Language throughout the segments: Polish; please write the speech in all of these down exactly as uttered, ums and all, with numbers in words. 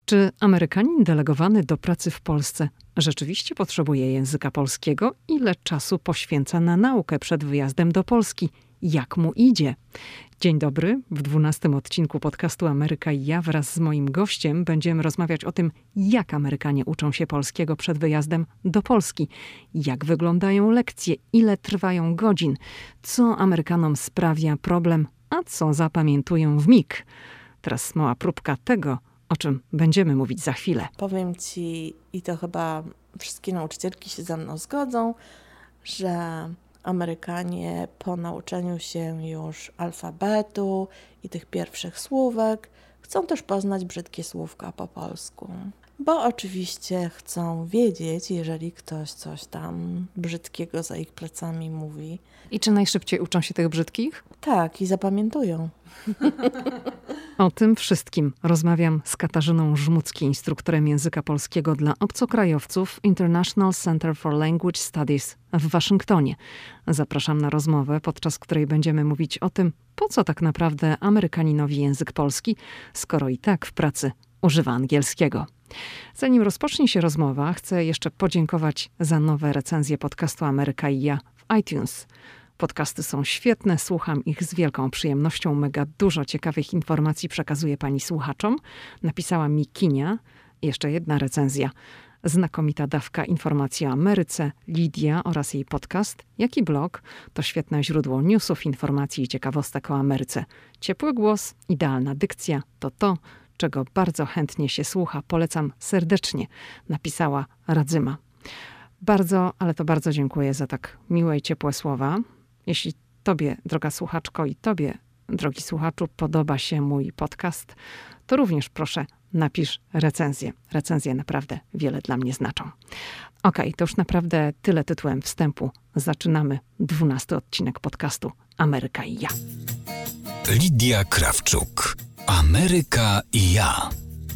Czy Amerykanin delegowany do pracy w Polsce rzeczywiście potrzebuje języka polskiego? Ile czasu poświęca na naukę przed wyjazdem do Polski? Jak mu idzie? Dzień dobry. W dwunastym odcinku podcastu Ameryka i ja wraz z moim gościem będziemy rozmawiać o tym, jak Amerykanie uczą się polskiego przed wyjazdem do Polski. Jak wyglądają lekcje, ile trwają godzin, co Amerykanom sprawia problem, a co zapamiętują w mig. Teraz mała próbka tego, o czym będziemy mówić za chwilę. Powiem ci, i to chyba wszystkie nauczycielki się ze mną zgodzą, że Amerykanie po nauczeniu się już alfabetu i tych pierwszych słówek chcą też poznać brzydkie słówka po polsku. Bo oczywiście chcą wiedzieć, jeżeli ktoś coś tam brzydkiego za ich plecami mówi. I czy najszybciej uczą się tych brzydkich? Tak, i zapamiętują. O tym wszystkim rozmawiam z Katarzyną Żmudzki, instruktorem języka polskiego dla obcokrajowców International Center for Language Studies w Waszyngtonie. Zapraszam na rozmowę, podczas której będziemy mówić o tym, po co tak naprawdę Amerykaninowi język polski, skoro i tak w pracy używa angielskiego. Zanim rozpocznie się rozmowa, chcę jeszcze podziękować za nowe recenzje podcastu Ameryka i ja w iTunes. Podcasty są świetne, słucham ich z wielką przyjemnością. Mega dużo ciekawych informacji przekazuje pani słuchaczom. Napisała mi Kinia. Jeszcze jedna recenzja. Znakomita dawka informacji o Ameryce, Lidia oraz jej podcast, jak i blog to świetne źródło newsów, informacji i ciekawostek o Ameryce. Ciepły głos, idealna dykcja to to, czego bardzo chętnie się słucha. Polecam serdecznie, napisała Radzyma. Bardzo, ale to bardzo dziękuję za tak miłe i ciepłe słowa. Jeśli tobie, droga słuchaczko, i tobie, drogi słuchaczu, podoba się mój podcast, to również proszę napisz recenzję. Recenzje naprawdę wiele dla mnie znaczą. Okej, to już naprawdę tyle tytułem wstępu. Zaczynamy dwunasty odcinek podcastu Ameryka i ja. Lidia Krawczuk. Ameryka i ja.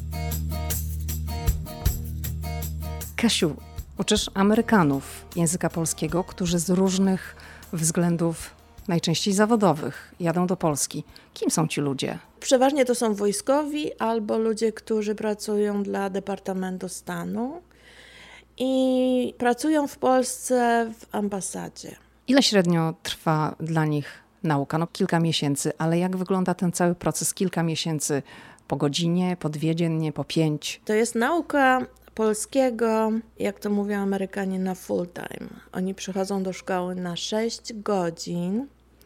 Kasiu, uczysz Amerykanów języka polskiego, którzy z różnych względów, najczęściej zawodowych, jadą do Polski. Kim są ci ludzie? Przeważnie to są wojskowi albo ludzie, którzy pracują dla Departamentu Stanu i pracują w Polsce w ambasadzie. Ile średnio trwa dla nich nauka? No kilka miesięcy, ale jak wygląda ten cały proces? Kilka miesięcy po godzinie, po dwie dziennie, po pięć? To jest nauka polskiego, jak to mówią Amerykanie, na full time. Oni przychodzą do szkoły na sześć godzin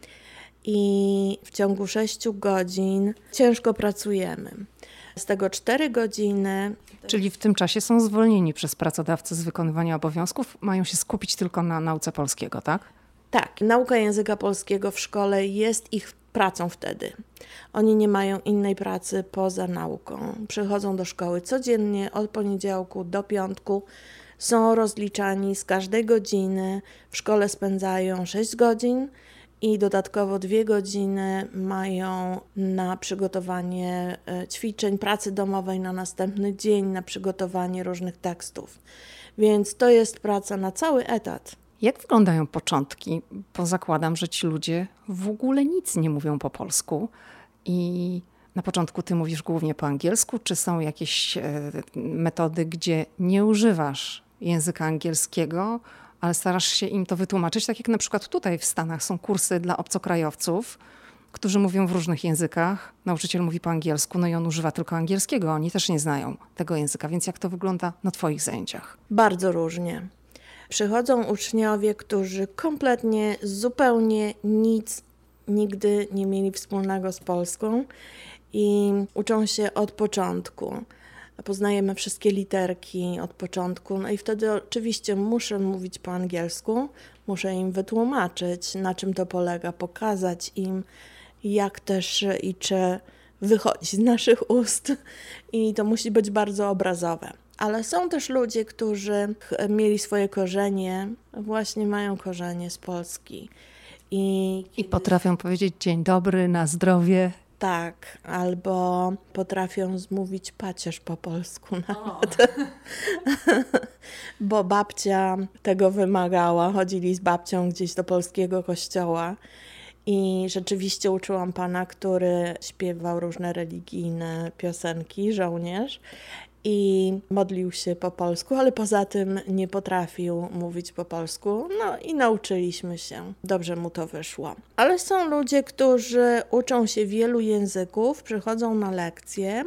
i w ciągu sześciu godzin ciężko pracujemy. Z tego cztery godziny... Czyli w tym czasie są zwolnieni przez pracodawcę z wykonywania obowiązków, mają się skupić tylko na nauce polskiego, tak? Tak, nauka języka polskiego w szkole jest ich pracą wtedy. Oni nie mają innej pracy poza nauką. Przychodzą do szkoły codziennie od poniedziałku do piątku. Są rozliczani z każdej godziny. W szkole spędzają sześć godzin i dodatkowo dwie godziny mają na przygotowanie ćwiczeń, pracy domowej na następny dzień, na przygotowanie różnych tekstów. Więc to jest praca na cały etat. Jak wyglądają początki? Bo zakładam, że ci ludzie w ogóle nic nie mówią po polsku i na początku ty mówisz głównie po angielsku, czy są jakieś e, metody, gdzie nie używasz języka angielskiego, ale starasz się im to wytłumaczyć, tak jak na przykład tutaj w Stanach są kursy dla obcokrajowców, którzy mówią w różnych językach. Nauczyciel mówi po angielsku, no i on używa tylko angielskiego, oni też nie znają tego języka, więc jak to wygląda na twoich zajęciach? Bardzo różnie. Przychodzą uczniowie, którzy kompletnie, zupełnie nic nigdy nie mieli wspólnego z Polską i uczą się od początku. Poznajemy wszystkie literki od początku, no i wtedy oczywiście muszę mówić po angielsku, muszę im wytłumaczyć, na czym to polega, pokazać im, jak też i czy wychodzi z naszych ust i to musi być bardzo obrazowe. Ale są też ludzie, którzy mieli swoje korzenie, właśnie mają korzenie z Polski. I, I potrafią powiedzieć dzień dobry, na zdrowie. Tak, albo potrafią zmówić pacierz po polsku nawet. Bo babcia tego wymagała, chodzili z babcią gdzieś do polskiego kościoła. I rzeczywiście uczyłam pana, który śpiewał różne religijne piosenki, żołnierz. i modlił się po polsku, ale poza tym nie potrafił mówić po polsku. No i nauczyliśmy się. Dobrze mu to wyszło. Ale są ludzie, którzy uczą się wielu języków, przychodzą na lekcje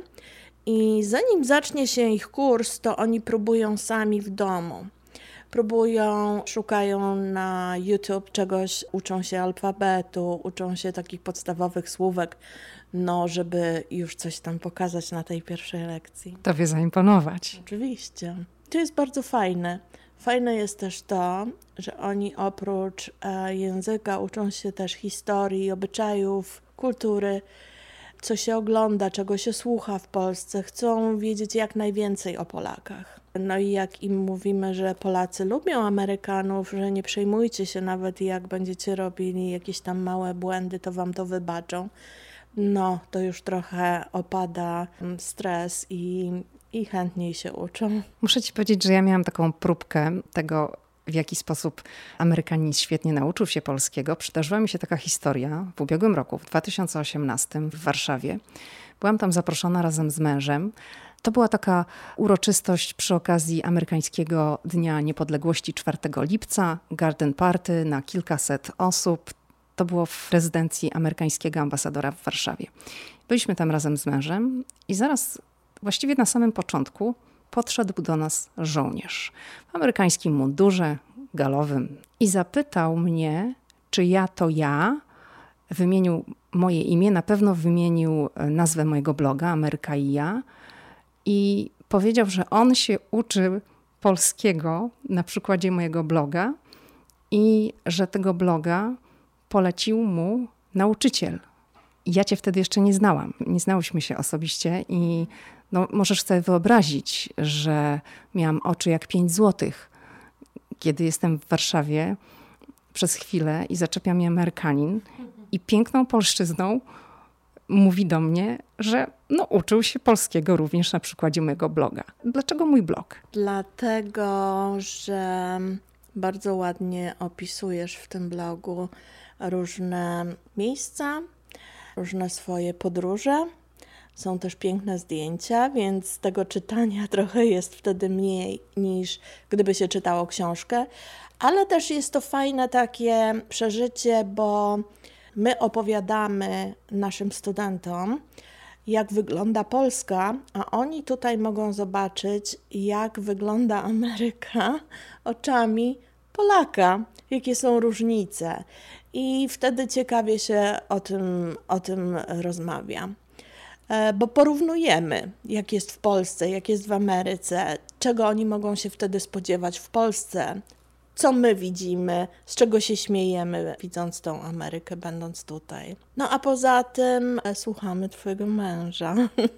i zanim zacznie się ich kurs, to oni próbują sami w domu. Próbują, szukają na YouTube czegoś, uczą się alfabetu, uczą się takich podstawowych słówek, no żeby już coś tam pokazać na tej pierwszej lekcji. Tobie zaimponować. Oczywiście. To jest bardzo fajne. Fajne jest też to, że oni oprócz e, języka uczą się też historii, obyczajów, kultury, co się ogląda, czego się słucha w Polsce. Chcą wiedzieć jak najwięcej o Polakach. No i jak im mówimy, że Polacy lubią Amerykanów, że nie przejmujcie się nawet jak będziecie robili jakieś tam małe błędy, to wam to wybaczą. No, to już trochę opada stres i, i chętniej się uczą. Muszę ci powiedzieć, że ja miałam taką próbkę tego, w jaki sposób Amerykanin świetnie nauczył się polskiego. Przydarzyła mi się taka historia w ubiegłym roku, w dwa tysiące osiemnastym w Warszawie. Byłam tam zaproszona razem z mężem. To była taka uroczystość przy okazji amerykańskiego Dnia Niepodległości czwartego lipca, garden party na kilkaset osób. To było w rezydencji amerykańskiego ambasadora w Warszawie. Byliśmy tam razem z mężem i zaraz, właściwie na samym początku, podszedł do nas żołnierz w amerykańskim mundurze galowym i zapytał mnie, czy ja to ja. Wymienił moje imię, na pewno wymienił nazwę mojego bloga, Ameryka i ja. I powiedział, że on się uczy polskiego na przykładzie mojego bloga i że tego bloga polecił mu nauczyciel. Ja cię wtedy jeszcze nie znałam. Nie znałyśmy się osobiście i no, możesz sobie wyobrazić, że miałam oczy jak pięć złotych. Kiedy jestem w Warszawie przez chwilę i zaczepia mnie Amerykanin i piękną polszczyzną mówi do mnie, że no, uczył się polskiego również na przykładzie mojego bloga. Dlaczego mój blog? Dlatego, że bardzo ładnie opisujesz w tym blogu różne miejsca, różne swoje podróże. Są też piękne zdjęcia, więc tego czytania trochę jest wtedy mniej niż gdyby się czytało książkę. Ale też jest to fajne takie przeżycie, bo my opowiadamy naszym studentom, jak wygląda Polska, a oni tutaj mogą zobaczyć, jak wygląda Ameryka oczami Polaka, jakie są różnice. I wtedy ciekawie się o tym, o tym rozmawia. Bo porównujemy, jak jest w Polsce, jak jest w Ameryce, czego oni mogą się wtedy spodziewać w Polsce, co my widzimy, z czego się śmiejemy, widząc tą Amerykę, będąc tutaj. No a poza tym słuchamy twojego męża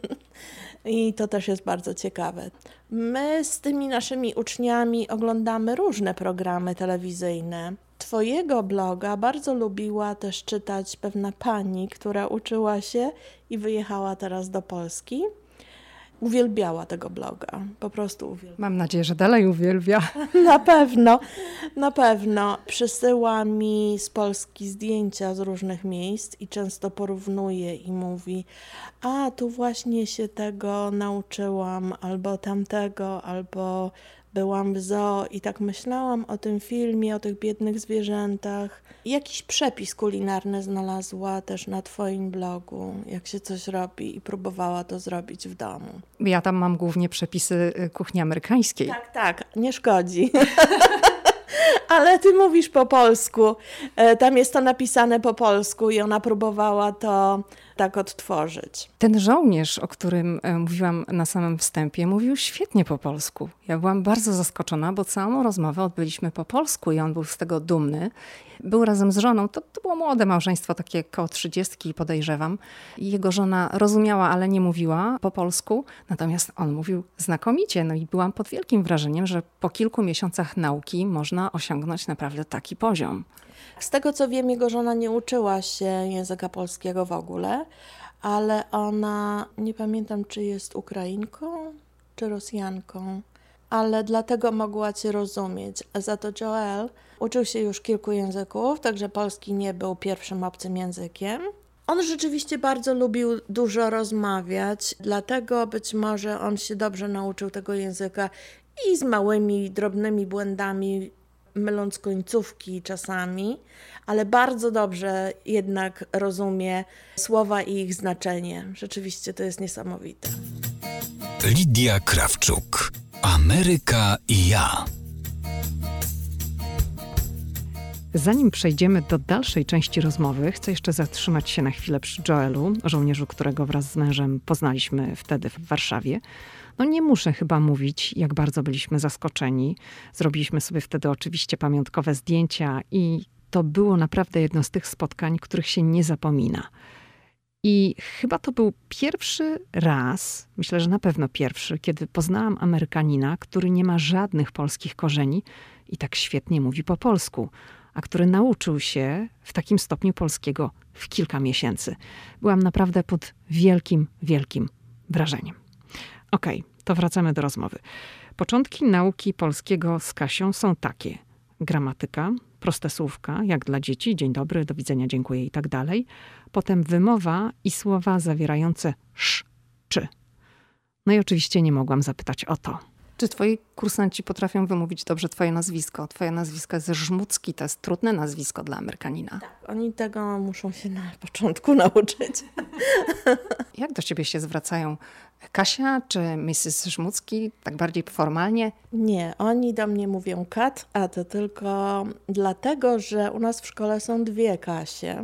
i to też jest bardzo ciekawe. My z tymi naszymi uczniami oglądamy różne programy telewizyjne. Twojego bloga bardzo lubiła też czytać pewna pani, która uczyła się i wyjechała teraz do Polski. Uwielbiała tego bloga, po prostu uwielbiała. Mam nadzieję, że dalej uwielbia. Na pewno, na pewno. Przysyła mi z Polski zdjęcia z różnych miejsc i często porównuje i mówi, a tu właśnie się tego nauczyłam, albo tamtego, albo byłam w zoo i tak myślałam o tym filmie, o tych biednych zwierzętach. Jakiś przepis kulinarny znalazła też na twoim blogu, jak się coś robi i próbowała to zrobić w domu. Ja tam mam głównie przepisy kuchni amerykańskiej. Tak, tak, nie szkodzi. Ale ty mówisz po polsku. Tam jest to napisane po polsku i ona próbowała to tak odtworzyć. Ten żołnierz, o którym mówiłam na samym wstępie, mówił świetnie po polsku. Ja byłam bardzo zaskoczona, bo całą rozmowę odbyliśmy po polsku i on był z tego dumny. Był razem z żoną, to, to było młode małżeństwo, takie koło trzydziestki podejrzewam. Jego żona rozumiała, ale nie mówiła po polsku, natomiast on mówił znakomicie. No i byłam pod wielkim wrażeniem, że po kilku miesiącach nauki można osiągnąć naprawdę taki poziom. Z tego co wiem, jego żona nie uczyła się języka polskiego w ogóle, ale ona, nie pamiętam czy jest Ukrainką, czy Rosjanką, ale dlatego mogła cię rozumieć. Za to Joel uczył się już kilku języków, także polski nie był pierwszym obcym językiem. On rzeczywiście bardzo lubił dużo rozmawiać, dlatego być może on się dobrze nauczył tego języka i z małymi, drobnymi błędami, myląc końcówki czasami, ale bardzo dobrze jednak rozumie słowa i ich znaczenie. Rzeczywiście to jest niesamowite. Lidia Krawczuk. Ameryka i ja. Zanim przejdziemy do dalszej części rozmowy, chcę jeszcze zatrzymać się na chwilę przy Joelu, żołnierzu, którego wraz z mężem poznaliśmy wtedy w Warszawie. No nie muszę chyba mówić, jak bardzo byliśmy zaskoczeni. Zrobiliśmy sobie wtedy oczywiście pamiątkowe zdjęcia i to było naprawdę jedno z tych spotkań, których się nie zapomina. I chyba to był pierwszy raz, myślę, że na pewno pierwszy, kiedy poznałam Amerykanina, który nie ma żadnych polskich korzeni i tak świetnie mówi po polsku, a który nauczył się w takim stopniu polskiego w kilka miesięcy. Byłam naprawdę pod wielkim, wielkim wrażeniem. Okej, to wracamy do rozmowy. Początki nauki polskiego z Kasią są takie. Gramatyka, proste słówka, jak dla dzieci, dzień dobry, do widzenia, dziękuję i tak dalej. Potem wymowa i słowa zawierające sz, czy. No i oczywiście nie mogłam zapytać o to. Czy twoi kursanci potrafią wymówić dobrze twoje nazwisko? Twoje nazwisko jest Żmudzki, to jest trudne nazwisko dla Amerykanina. Tak, oni tego muszą się na początku nauczyć. Jak do ciebie się zwracają? Kasia czy missus Żmudzki, tak bardziej formalnie? Nie, oni do mnie mówią Kat, a to tylko dlatego, że u nas w szkole są dwie Kasie.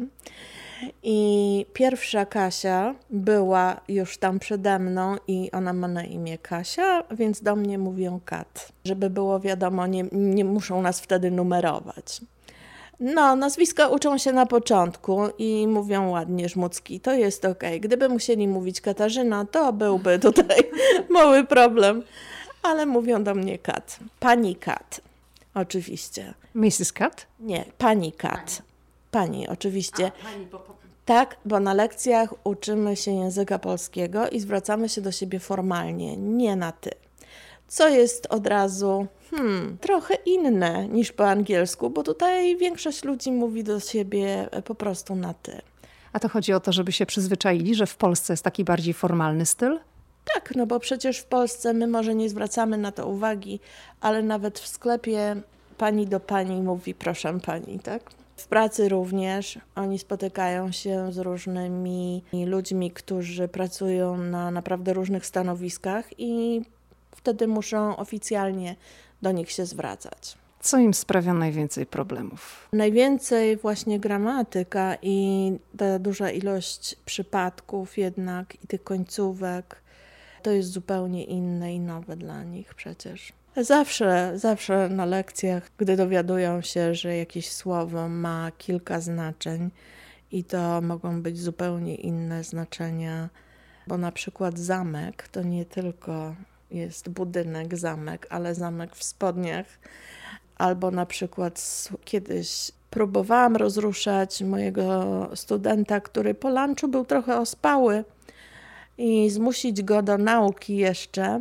I pierwsza Kasia była już tam przede mną i ona ma na imię Kasia, więc do mnie mówią Kat. Żeby było wiadomo, nie, nie muszą nas wtedy numerować. No, nazwiska uczą się na początku i mówią ładnie Żmudzki, to jest okej. Gdyby musieli mówić Katarzyna, to byłby tutaj mały problem. Ale mówią do mnie Kat. Pani Kat, oczywiście. missus Kat? Nie, pani Kat. Pani, oczywiście. A, pani, bo... Tak, bo na lekcjach uczymy się języka polskiego i zwracamy się do siebie formalnie, nie na ty. Co jest od razu hmm, trochę inne niż po angielsku, bo tutaj większość ludzi mówi do siebie po prostu na ty. A to chodzi o to, żeby się przyzwyczaili, że w Polsce jest taki bardziej formalny styl? Tak, no bo przecież w Polsce my może nie zwracamy na to uwagi, ale nawet w sklepie pani do pani mówi proszę pani, tak? W pracy również oni spotykają się z różnymi ludźmi, którzy pracują na naprawdę różnych stanowiskach i wtedy muszą oficjalnie do nich się zwracać. Co im sprawia najwięcej problemów? Najwięcej właśnie gramatyka i ta duża ilość przypadków jednak i tych końcówek. To jest zupełnie inne i nowe dla nich przecież. Zawsze, zawsze na lekcjach, gdy dowiadują się, że jakieś słowo ma kilka znaczeń i to mogą być zupełnie inne znaczenia, bo na przykład zamek to nie tylko jest budynek, zamek, ale zamek w spodniach. Albo na przykład kiedyś próbowałam rozruszać mojego studenta, który po lunchu był trochę ospały i zmusić go do nauki jeszcze.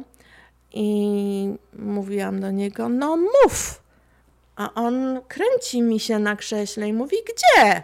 I mówiłam do niego, no mów! A on kręci mi się na krześle i mówi, gdzie?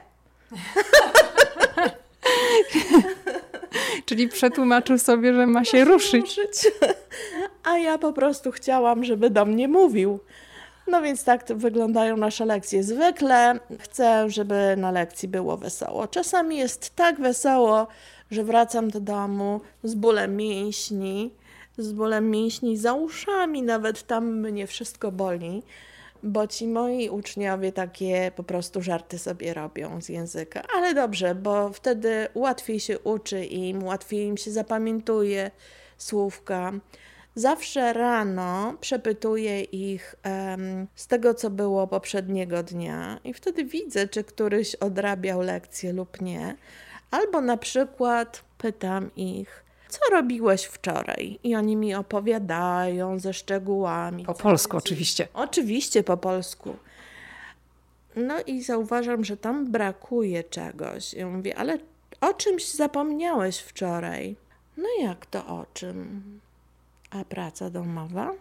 Czyli przetłumaczył sobie, że ma się ruszyć. ruszyć. A ja po prostu chciałam, żeby do mnie mówił. No więc tak wyglądają nasze lekcje. Zwykle chcę, żeby na lekcji było wesoło. Czasami jest tak wesoło, że wracam do domu z bólem mięśni, z bólem mięśni za uszami, nawet tam mnie wszystko boli, bo ci moi uczniowie takie po prostu żarty sobie robią z języka. Ale dobrze, bo wtedy łatwiej się uczy im, łatwiej im się zapamiętuje słówka. Zawsze rano przepytuję ich um, z tego, co było poprzedniego dnia i wtedy widzę, czy któryś odrabiał lekcję lub nie. Albo na przykład pytam ich, co robiłeś wczoraj? I oni mi opowiadają ze szczegółami. Po polsku oczywiście. Oczywiście po polsku. No i zauważam, że tam brakuje czegoś. I mówię, ale o czymś zapomniałeś wczoraj? No jak to o czym? A praca domowa?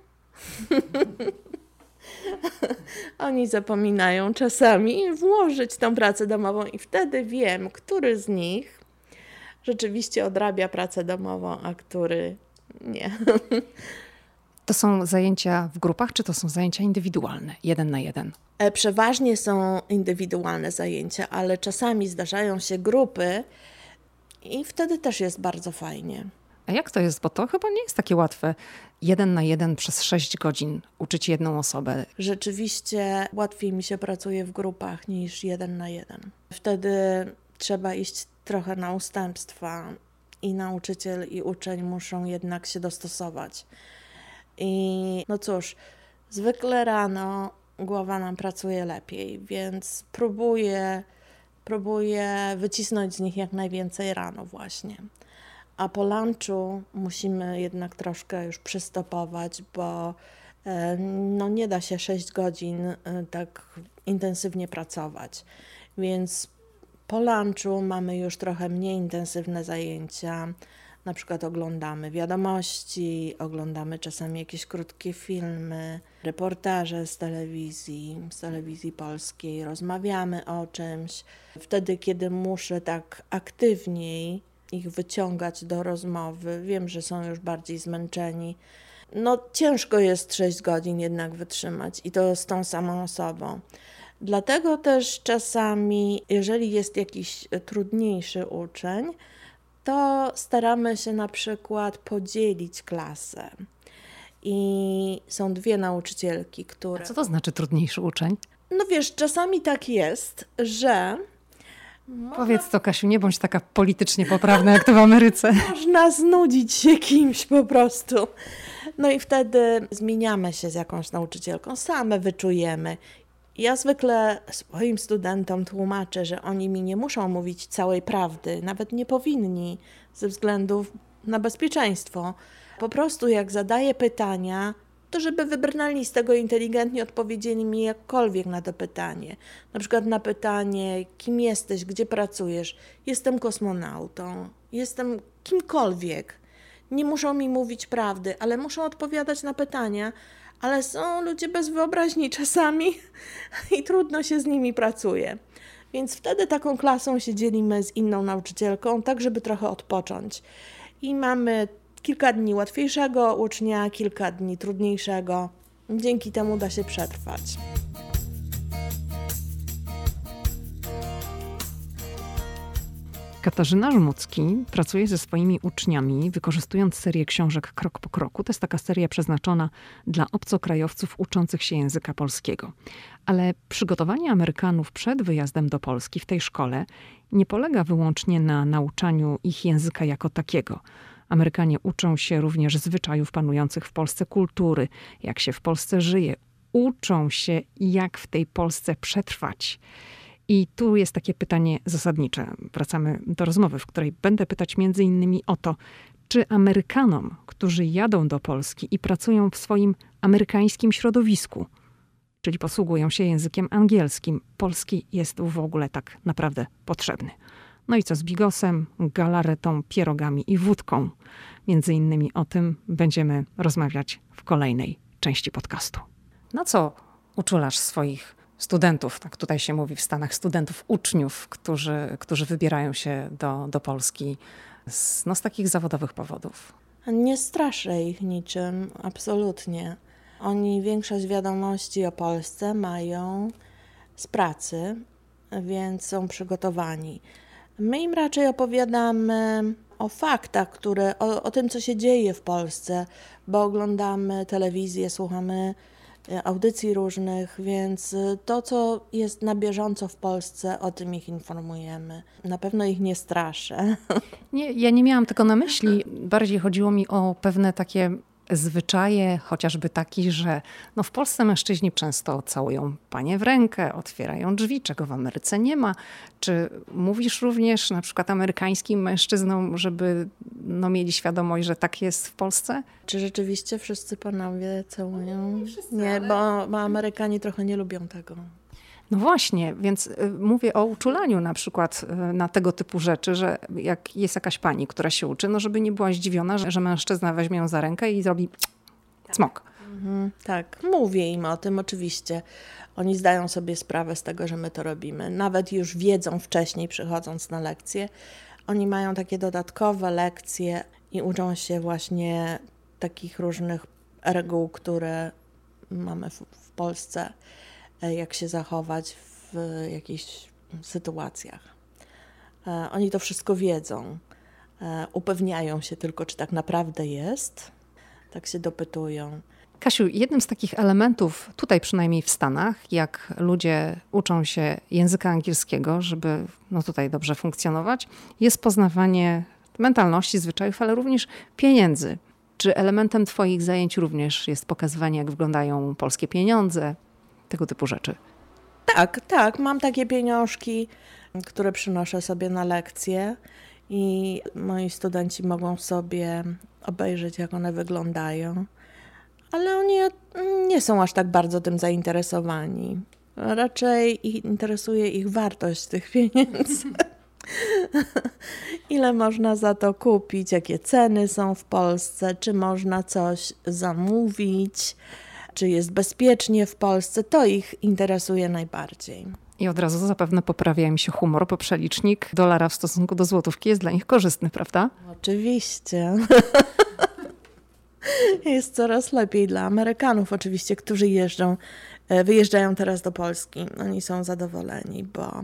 Oni zapominają czasami włożyć tą pracę domową i wtedy wiem, który z nich rzeczywiście odrabia pracę domową, a który nie. To są zajęcia w grupach, czy to są zajęcia indywidualne, jeden na jeden? Przeważnie są indywidualne zajęcia, ale czasami zdarzają się grupy i wtedy też jest bardzo fajnie. A jak to jest? Bo to chyba nie jest takie łatwe. Jeden na jeden przez sześć godzin uczyć jedną osobę. Rzeczywiście łatwiej mi się pracuje w grupach niż jeden na jeden. Wtedy trzeba iść trochę na ustępstwa i nauczyciel i uczeń muszą jednak się dostosować. I no cóż, zwykle rano głowa nam pracuje lepiej, więc próbuję, próbuję wycisnąć z nich jak najwięcej rano właśnie. A po lunchu musimy jednak troszkę już przystopować, bo no, nie da się sześć godzin tak intensywnie pracować. Więc po lunchu mamy już trochę mniej intensywne zajęcia. Na przykład oglądamy wiadomości, oglądamy czasami jakieś krótkie filmy, reportaże z telewizji, z telewizji polskiej, rozmawiamy o czymś. Wtedy, kiedy muszę tak aktywniej ich wyciągać do rozmowy, wiem, że są już bardziej zmęczeni. No ciężko jest sześć godzin jednak wytrzymać i to z tą samą osobą. Dlatego też czasami, jeżeli jest jakiś trudniejszy uczeń, to staramy się na przykład podzielić klasę. I są dwie nauczycielki, które... A co to znaczy trudniejszy uczeń? No wiesz, czasami tak jest, że... Powiedz to, Kasiu, nie bądź taka politycznie poprawna, jak to w Ameryce. Można znudzić się kimś po prostu. No i wtedy zmieniamy się z jakąś nauczycielką, same wyczujemy. Ja zwykle swoim studentom tłumaczę, że oni mi nie muszą mówić całej prawdy, nawet nie powinni, ze względów na bezpieczeństwo. Po prostu jak zadaję pytania, to żeby wybrnęli z tego inteligentnie, odpowiedzieli mi jakkolwiek na to pytanie. Na przykład na pytanie, kim jesteś, gdzie pracujesz? Jestem kosmonautą, jestem kimkolwiek. Nie muszą mi mówić prawdy, ale muszą odpowiadać na pytania, ale są ludzie bez wyobraźni czasami i trudno się z nimi pracuje. Więc wtedy taką klasą się dzielimy z inną nauczycielką, tak żeby trochę odpocząć. I mamy kilka dni łatwiejszego ucznia, kilka dni trudniejszego. Dzięki temu da się przetrwać. Katarzyna Żmudzki pracuje ze swoimi uczniami, wykorzystując serię książek Krok po kroku. To jest taka seria przeznaczona dla obcokrajowców uczących się języka polskiego. Ale przygotowanie Amerykanów przed wyjazdem do Polski w tej szkole nie polega wyłącznie na nauczaniu ich języka jako takiego. Amerykanie uczą się również zwyczajów panujących w Polsce, kultury, jak się w Polsce żyje. Uczą się, jak w tej Polsce przetrwać. I tu jest takie pytanie zasadnicze. Wracamy do rozmowy, w której będę pytać między innymi o to, czy Amerykanom, którzy jadą do Polski i pracują w swoim amerykańskim środowisku, czyli posługują się językiem angielskim, polski jest w ogóle tak naprawdę potrzebny. No i co z bigosem, galaretą, pierogami i wódką? Między innymi o tym będziemy rozmawiać w kolejnej części podcastu. Na co uczulasz swoich studentów, tak tutaj się mówi w Stanach, studentów, uczniów, którzy, którzy wybierają się do, do Polski z, no, z takich zawodowych powodów? Nie straszę ich niczym, absolutnie. Oni większość wiadomości o Polsce mają z pracy, więc są przygotowani. My im raczej opowiadamy o faktach, które, o, o tym, co się dzieje w Polsce, bo oglądamy telewizję, słuchamy audycji różnych, więc to, co jest na bieżąco w Polsce, o tym ich informujemy. Na pewno ich nie straszę. Nie, ja nie miałam tego na myśli. Bardziej chodziło mi o pewne takie zwyczaje, chociażby taki, że no w Polsce mężczyźni często całują panie w rękę, otwierają drzwi, czego w Ameryce nie ma. Czy mówisz również na przykład amerykańskim mężczyznom, żeby no, mieli świadomość, że tak jest w Polsce? Czy rzeczywiście wszyscy panowie całują? Nie, wszyscy, nie ale... bo, bo Amerykanie trochę nie lubią tego. No właśnie, więc y, mówię o uczulaniu na przykład y, na tego typu rzeczy, że jak jest jakaś pani, która się uczy, no żeby nie była zdziwiona, że, że mężczyzna weźmie ją za rękę i zrobi cmok. Mhm, tak, mówię im o tym oczywiście. Oni zdają sobie sprawę z tego, że my to robimy. Nawet już wiedzą wcześniej, przychodząc na lekcje, Oni mają takie dodatkowe lekcje i uczą się właśnie takich różnych reguł, które mamy w, w Polsce, jak się zachować w jakichś sytuacjach. Oni to wszystko wiedzą. Upewniają się tylko, czy tak naprawdę jest. Tak się dopytują. Kasiu, jednym z takich elementów, tutaj przynajmniej w Stanach, jak ludzie uczą się języka angielskiego, żeby no tutaj dobrze funkcjonować, jest poznawanie mentalności, zwyczajów, ale również pieniędzy. Czy elementem twoich zajęć również jest pokazywanie, jak wyglądają polskie pieniądze, tego typu rzeczy? Tak, tak. Mam takie pieniążki, które przynoszę sobie na lekcje i moi studenci mogą sobie obejrzeć, jak one wyglądają. Ale oni nie są aż tak bardzo tym zainteresowani. Raczej ich interesuje ich wartość tych pieniędzy. Ile można za to kupić, jakie ceny są w Polsce, czy można coś zamówić, czy jest bezpiecznie w Polsce. To ich interesuje najbardziej. I od razu zapewne poprawia im się humor, bo przelicznik dolara w stosunku do złotówki jest dla nich korzystny, prawda? Oczywiście. Jest coraz lepiej dla Amerykanów oczywiście, którzy jeżdżą, wyjeżdżają teraz do Polski. Oni są zadowoleni, bo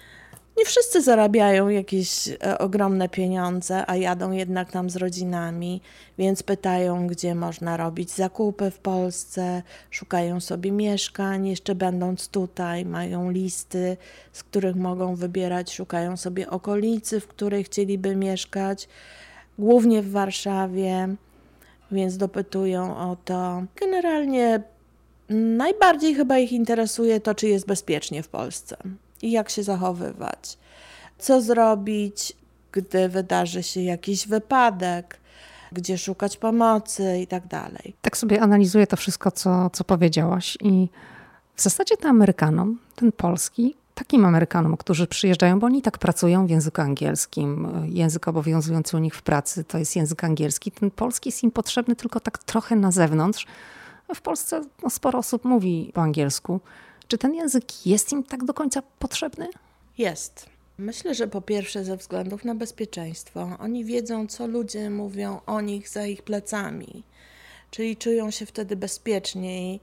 nie wszyscy zarabiają jakieś ogromne pieniądze, a jadą jednak tam z rodzinami, więc pytają, gdzie można robić zakupy w Polsce, szukają sobie mieszkań, jeszcze będąc tutaj, mają listy, z których mogą wybierać, szukają sobie okolicy, w której chcieliby mieszkać, głównie w Warszawie. Więc dopytują o to. Generalnie najbardziej chyba ich interesuje to, czy jest bezpiecznie w Polsce i jak się zachowywać. Co zrobić, gdy wydarzy się jakiś wypadek, gdzie szukać pomocy i tak dalej. Tak sobie analizuję to wszystko, co, co powiedziałaś i w zasadzie to Amerykanom, ten polski, takim Amerykanom, którzy przyjeżdżają, bo oni tak pracują w języku angielskim. Język obowiązujący u nich w pracy to jest język angielski. Ten polski jest im potrzebny tylko tak trochę na zewnątrz. W Polsce no, sporo osób mówi po angielsku. Czy ten język jest im tak do końca potrzebny? Jest. Myślę, że po pierwsze ze względów na bezpieczeństwo. Oni wiedzą, co ludzie mówią o nich za ich plecami. Czyli czują się wtedy bezpieczniej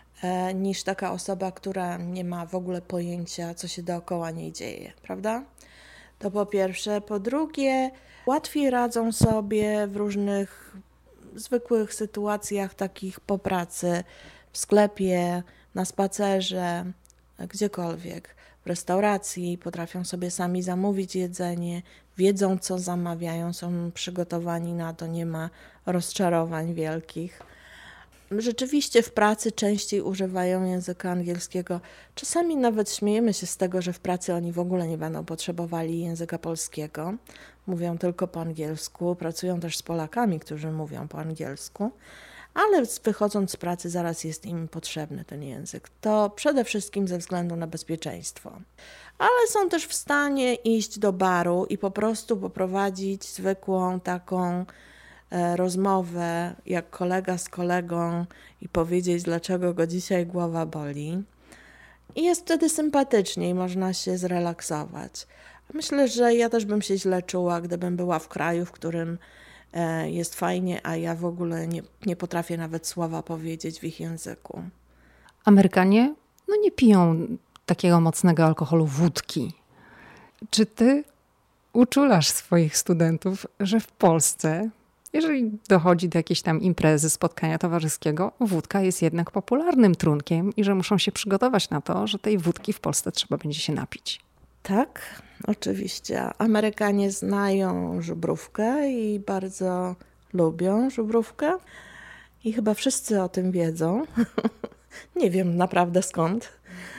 niż taka osoba, która nie ma w ogóle pojęcia, co się dookoła niej dzieje, prawda? To po pierwsze. Po drugie, łatwiej radzą sobie w różnych zwykłych sytuacjach takich po pracy, w sklepie, na spacerze, gdziekolwiek, w restauracji, potrafią sobie sami zamówić jedzenie, wiedzą, co zamawiają, są przygotowani na to, nie ma rozczarowań wielkich. Rzeczywiście w pracy częściej używają języka angielskiego. Czasami nawet śmiejemy się z tego, że w pracy oni w ogóle nie będą potrzebowali języka polskiego. Mówią tylko po angielsku. Pracują też z Polakami, którzy mówią po angielsku. Ale wychodząc z pracy zaraz jest im potrzebny ten język. To przede wszystkim ze względu na bezpieczeństwo. Ale są też w stanie iść do baru i po prostu poprowadzić zwykłą taką rozmowę jak kolega z kolegą i powiedzieć, dlaczego go dzisiaj głowa boli. I jest wtedy sympatycznie i można się zrelaksować. Myślę, że ja też bym się źle czuła, gdybym była w kraju, w którym jest fajnie, a ja w ogóle nie, nie potrafię nawet słowa powiedzieć w ich języku. Amerykanie no nie piją takiego mocnego alkoholu, wódki. Czy ty uczulasz swoich studentów, że w Polsce, jeżeli dochodzi do jakiejś tam imprezy, spotkania towarzyskiego, wódka jest jednak popularnym trunkiem i że muszą się przygotować na to, że tej wódki w Polsce trzeba będzie się napić? Tak, oczywiście. Amerykanie znają żubrówkę i bardzo lubią żubrówkę i chyba wszyscy o tym wiedzą. Nie wiem naprawdę skąd.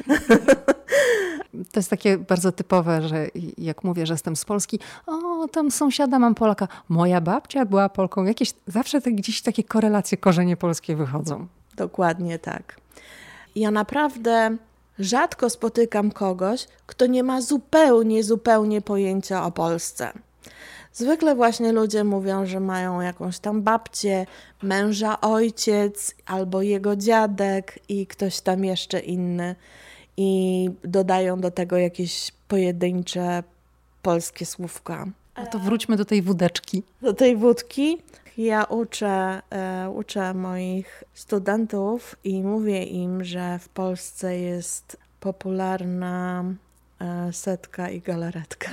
To jest takie bardzo typowe, że jak mówię, że jestem z Polski, o, tam sąsiada mam Polaka, moja babcia była Polką. Jakieś zawsze te, gdzieś takie korelacje, korzenie polskie wychodzą. Dokładnie tak. Ja naprawdę rzadko spotykam kogoś, kto nie ma zupełnie, zupełnie pojęcia o Polsce. Zwykle właśnie ludzie mówią, że mają jakąś tam babcię, męża ojciec albo jego dziadek i ktoś tam jeszcze inny. I dodają do tego jakieś pojedyncze polskie słówka. No to wróćmy do tej wódeczki. Do tej wódki. Ja uczę, e, uczę moich studentów i mówię im, że w Polsce jest popularna e, setka i galaretka.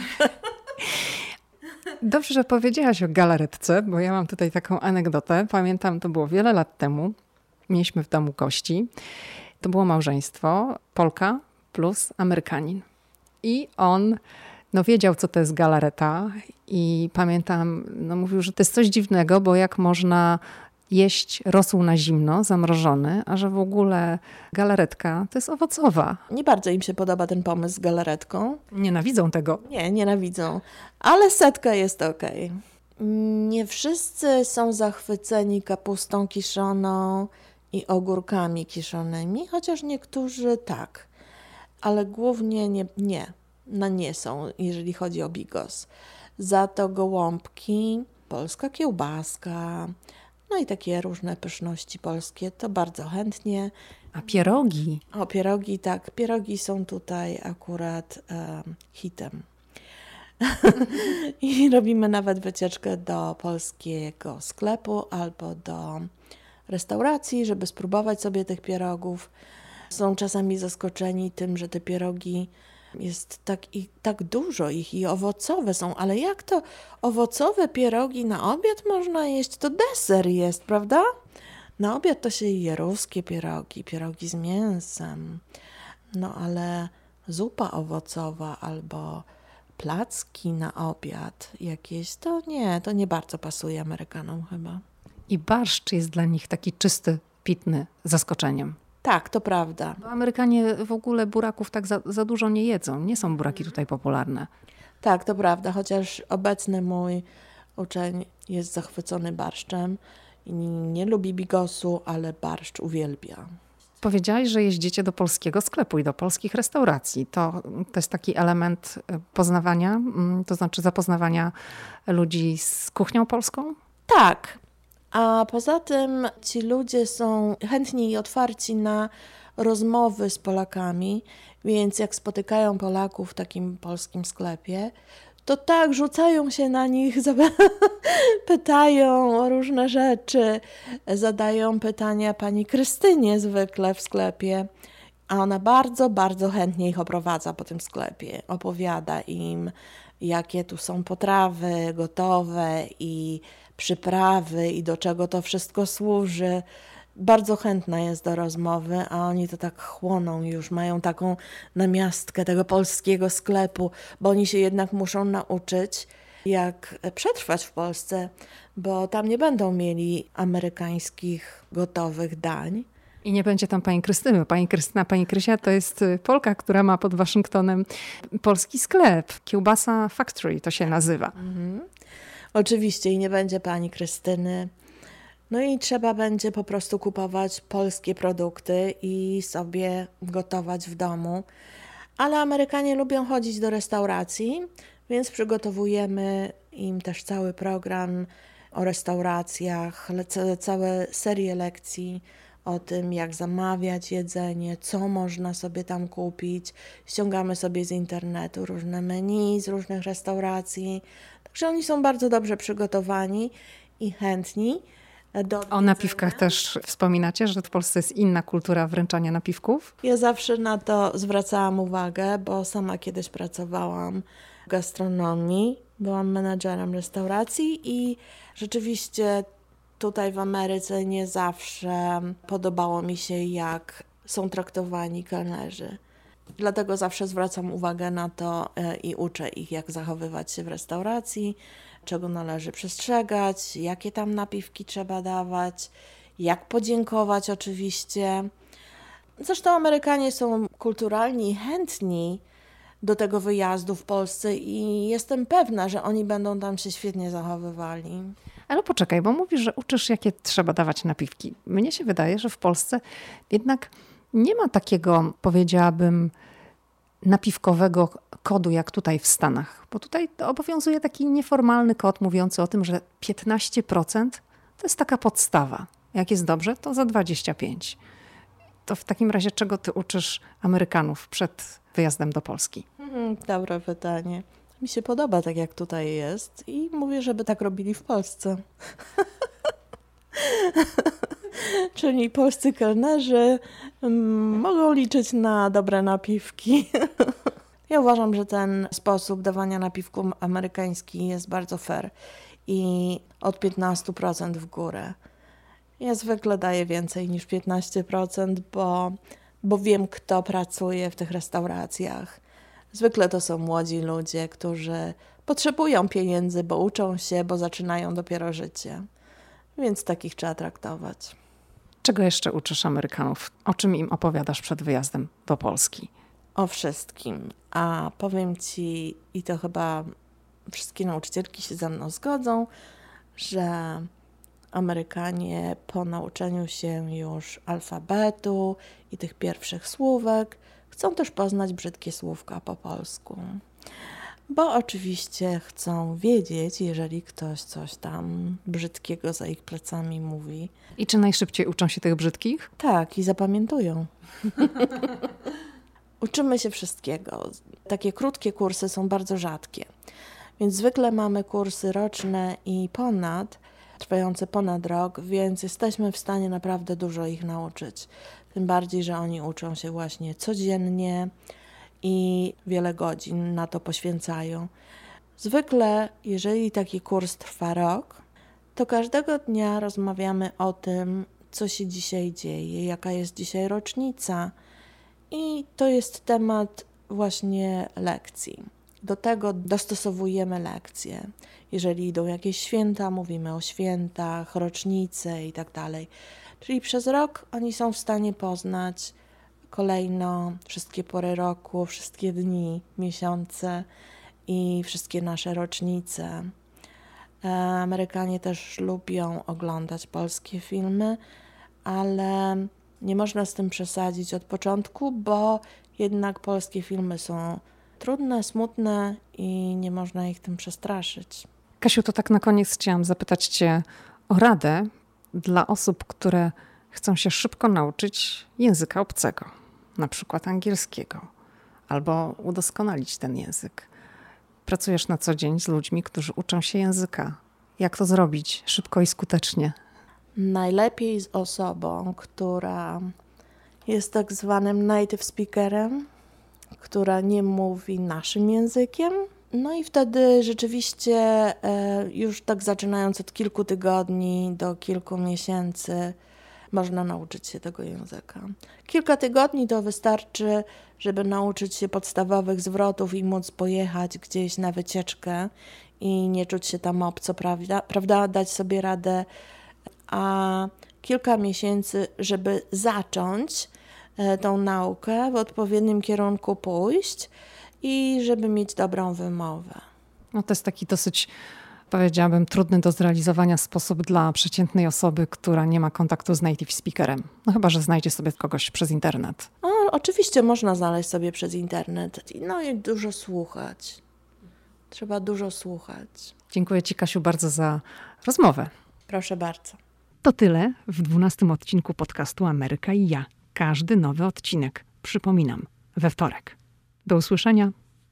Dobrze, że powiedziałaś o galaretce, bo ja mam tutaj taką anegdotę. Pamiętam, to było wiele lat temu. Mieliśmy w domu gości. To było małżeństwo, Polka plus Amerykanin. I on no, wiedział, co to jest galareta i pamiętam, no, mówił, że to jest coś dziwnego, bo jak można jeść rosół na zimno, zamrożony, a że w ogóle galaretka to jest owocowa. Nie bardzo im się podoba ten pomysł z galaretką. Nienawidzą tego. Nie, nienawidzą. Ale setka jest okej. Nie wszyscy są zachwyceni kapustą kiszoną i ogórkami kiszonymi, chociaż niektórzy tak. Ale głównie nie, nie. No nie są, jeżeli chodzi o bigos. Za to gołąbki, polska kiełbaska, no i takie różne pyszności polskie, to bardzo chętnie. A pierogi? O, pierogi, tak. Pierogi są tutaj akurat um, hitem. I robimy nawet wycieczkę do polskiego sklepu albo do restauracji, żeby spróbować sobie tych pierogów. Są czasami zaskoczeni tym, że te pierogi jest tak, i, tak dużo ich i owocowe są, ale jak to owocowe pierogi na obiad można jeść? To deser jest, prawda? Na obiad to się je ruskie pierogi, pierogi z mięsem, no ale zupa owocowa albo placki na obiad jakieś, to nie, to nie bardzo pasuje Amerykanom chyba. I barszcz jest dla nich taki czysty, pitny, zaskoczeniem. Tak, to prawda. Bo Amerykanie w ogóle buraków tak za, za dużo nie jedzą. Nie są buraki tutaj popularne. Tak, to prawda, chociaż obecny mój uczeń jest zachwycony barszczem i nie lubi bigosu, ale barszcz uwielbia. Powiedziałaś, że jeździcie do polskiego sklepu i do polskich restauracji. To, to jest taki element poznawania, to znaczy zapoznawania ludzi z kuchnią polską? Tak, a poza tym ci ludzie są chętni i otwarci na rozmowy z Polakami, więc jak spotykają Polaków w takim polskim sklepie, to tak rzucają się na nich, pytają o różne rzeczy, zadają pytania pani Krystynie zwykle w sklepie, a ona bardzo, bardzo chętnie ich oprowadza po tym sklepie. Opowiada im, jakie tu są potrawy gotowe i przyprawy i do czego to wszystko służy. Bardzo chętna jest do rozmowy, a oni to tak chłoną już, mają taką namiastkę tego polskiego sklepu, bo oni się jednak muszą nauczyć, jak przetrwać w Polsce, bo tam nie będą mieli amerykańskich gotowych dań. I nie będzie tam pani Krystyny. Pani Krystyna, pani Krysia to jest Polka, która ma pod Waszyngtonem polski sklep. Kiełbasa Factory to się nazywa. Mhm. Oczywiście i nie będzie pani Krystyny. No i trzeba będzie po prostu kupować polskie produkty i sobie gotować w domu. Ale Amerykanie lubią chodzić do restauracji, więc przygotowujemy im też cały program o restauracjach, le- całe serie lekcji o tym, jak zamawiać jedzenie, co można sobie tam kupić. Ściągamy sobie z internetu różne menu z różnych restauracji. Także oni są bardzo dobrze przygotowani i chętni. O napiwkach też wspominacie, że w Polsce jest inna kultura wręczania napiwków? Ja zawsze na to zwracałam uwagę, bo sama kiedyś pracowałam w gastronomii, byłam menadżerem restauracji i rzeczywiście tutaj w Ameryce nie zawsze podobało mi się, jak są traktowani kelnerzy. Dlatego zawsze zwracam uwagę na to i uczę ich, jak zachowywać się w restauracji, czego należy przestrzegać, jakie tam napiwki trzeba dawać, jak podziękować oczywiście. Zresztą Amerykanie są kulturalni i chętni do tego wyjazdu w Polsce i jestem pewna, że oni będą tam się świetnie zachowywali. Ale poczekaj, bo mówisz, że uczysz, jakie trzeba dawać napiwki. Mnie się wydaje, że w Polsce jednak nie ma takiego, powiedziałabym, napiwkowego kodu jak tutaj w Stanach. Bo tutaj obowiązuje taki nieformalny kod mówiący o tym, że piętnaście procent to jest taka podstawa. Jak jest dobrze, to za dwadzieścia pięć procent. To w takim razie czego ty uczysz Amerykanów przed wyjazdem do Polski? Mhm, dobre pytanie. mi się podoba tak, jak tutaj jest i mówię, żeby tak robili w Polsce. Czyli polscy kelnerzy mm, mogą liczyć na dobre napiwki. Ja uważam, że ten sposób dawania napiwku amerykański jest bardzo fair i od piętnaście procent w górę. Ja zwykle daję więcej niż piętnaście procent, bo, bo wiem, kto pracuje w tych restauracjach. Zwykle to są młodzi ludzie, którzy potrzebują pieniędzy, bo uczą się, bo zaczynają dopiero życie. Więc takich trzeba traktować. Czego jeszcze uczysz Amerykanów? O czym im opowiadasz przed wyjazdem do Polski? O wszystkim. A powiem Ci, i to chyba wszystkie nauczycielki się ze mną zgodzą, że Amerykanie po nauczeniu się już alfabetu i tych pierwszych słówek chcą też poznać brzydkie słówka po polsku. Bo oczywiście chcą wiedzieć, jeżeli ktoś coś tam brzydkiego za ich plecami mówi. I czy najszybciej uczą się tych brzydkich? Tak, i zapamiętują. Uczymy się wszystkiego. Takie krótkie kursy są bardzo rzadkie. Więc zwykle mamy kursy roczne i ponad, trwające ponad rok, więc jesteśmy w stanie naprawdę dużo ich nauczyć. Tym bardziej, że oni uczą się właśnie codziennie i wiele godzin na to poświęcają. Zwykle, jeżeli taki kurs trwa rok, to każdego dnia rozmawiamy o tym, co się dzisiaj dzieje, jaka jest dzisiaj rocznica. I to jest temat właśnie lekcji. Do tego dostosowujemy lekcje. Jeżeli idą jakieś święta, mówimy o świętach, rocznice i tak dalej. Czyli przez rok oni są w stanie poznać kolejno wszystkie pory roku, wszystkie dni, miesiące i wszystkie nasze rocznice. Amerykanie też lubią oglądać polskie filmy, ale nie można z tym przesadzić od początku, bo jednak polskie filmy są trudne, smutne i nie można ich tym przestraszyć. Kasiu, to tak na koniec chciałam zapytać Cię o radę dla osób, które chcą się szybko nauczyć języka obcego, na przykład angielskiego, albo udoskonalić ten język. Pracujesz na co dzień z ludźmi, którzy uczą się języka. Jak to zrobić szybko i skutecznie? Najlepiej z osobą, która jest tak zwanym native speakerem, która nie mówi naszym językiem. No i wtedy rzeczywiście e, już tak zaczynając od kilku tygodni do kilku miesięcy można nauczyć się tego języka. Kilka tygodni to wystarczy, żeby nauczyć się podstawowych zwrotów i móc pojechać gdzieś na wycieczkę i nie czuć się tam obco, prawda? prawda? Dać sobie radę, a kilka miesięcy, żeby zacząć e, tą naukę, w odpowiednim kierunku pójść i żeby mieć dobrą wymowę. No to jest taki dosyć, powiedziałabym, trudny do zrealizowania sposób dla przeciętnej osoby, która nie ma kontaktu z native speakerem. No chyba że znajdzie sobie kogoś przez internet. No, oczywiście można znaleźć sobie przez internet. No i dużo słuchać. Trzeba dużo słuchać. Dziękuję Ci, Kasiu, bardzo za rozmowę. Proszę bardzo. To tyle w dwunastym odcinku podcastu Ameryka i ja. Każdy nowy odcinek, przypominam, we wtorek. Do usłyszenia.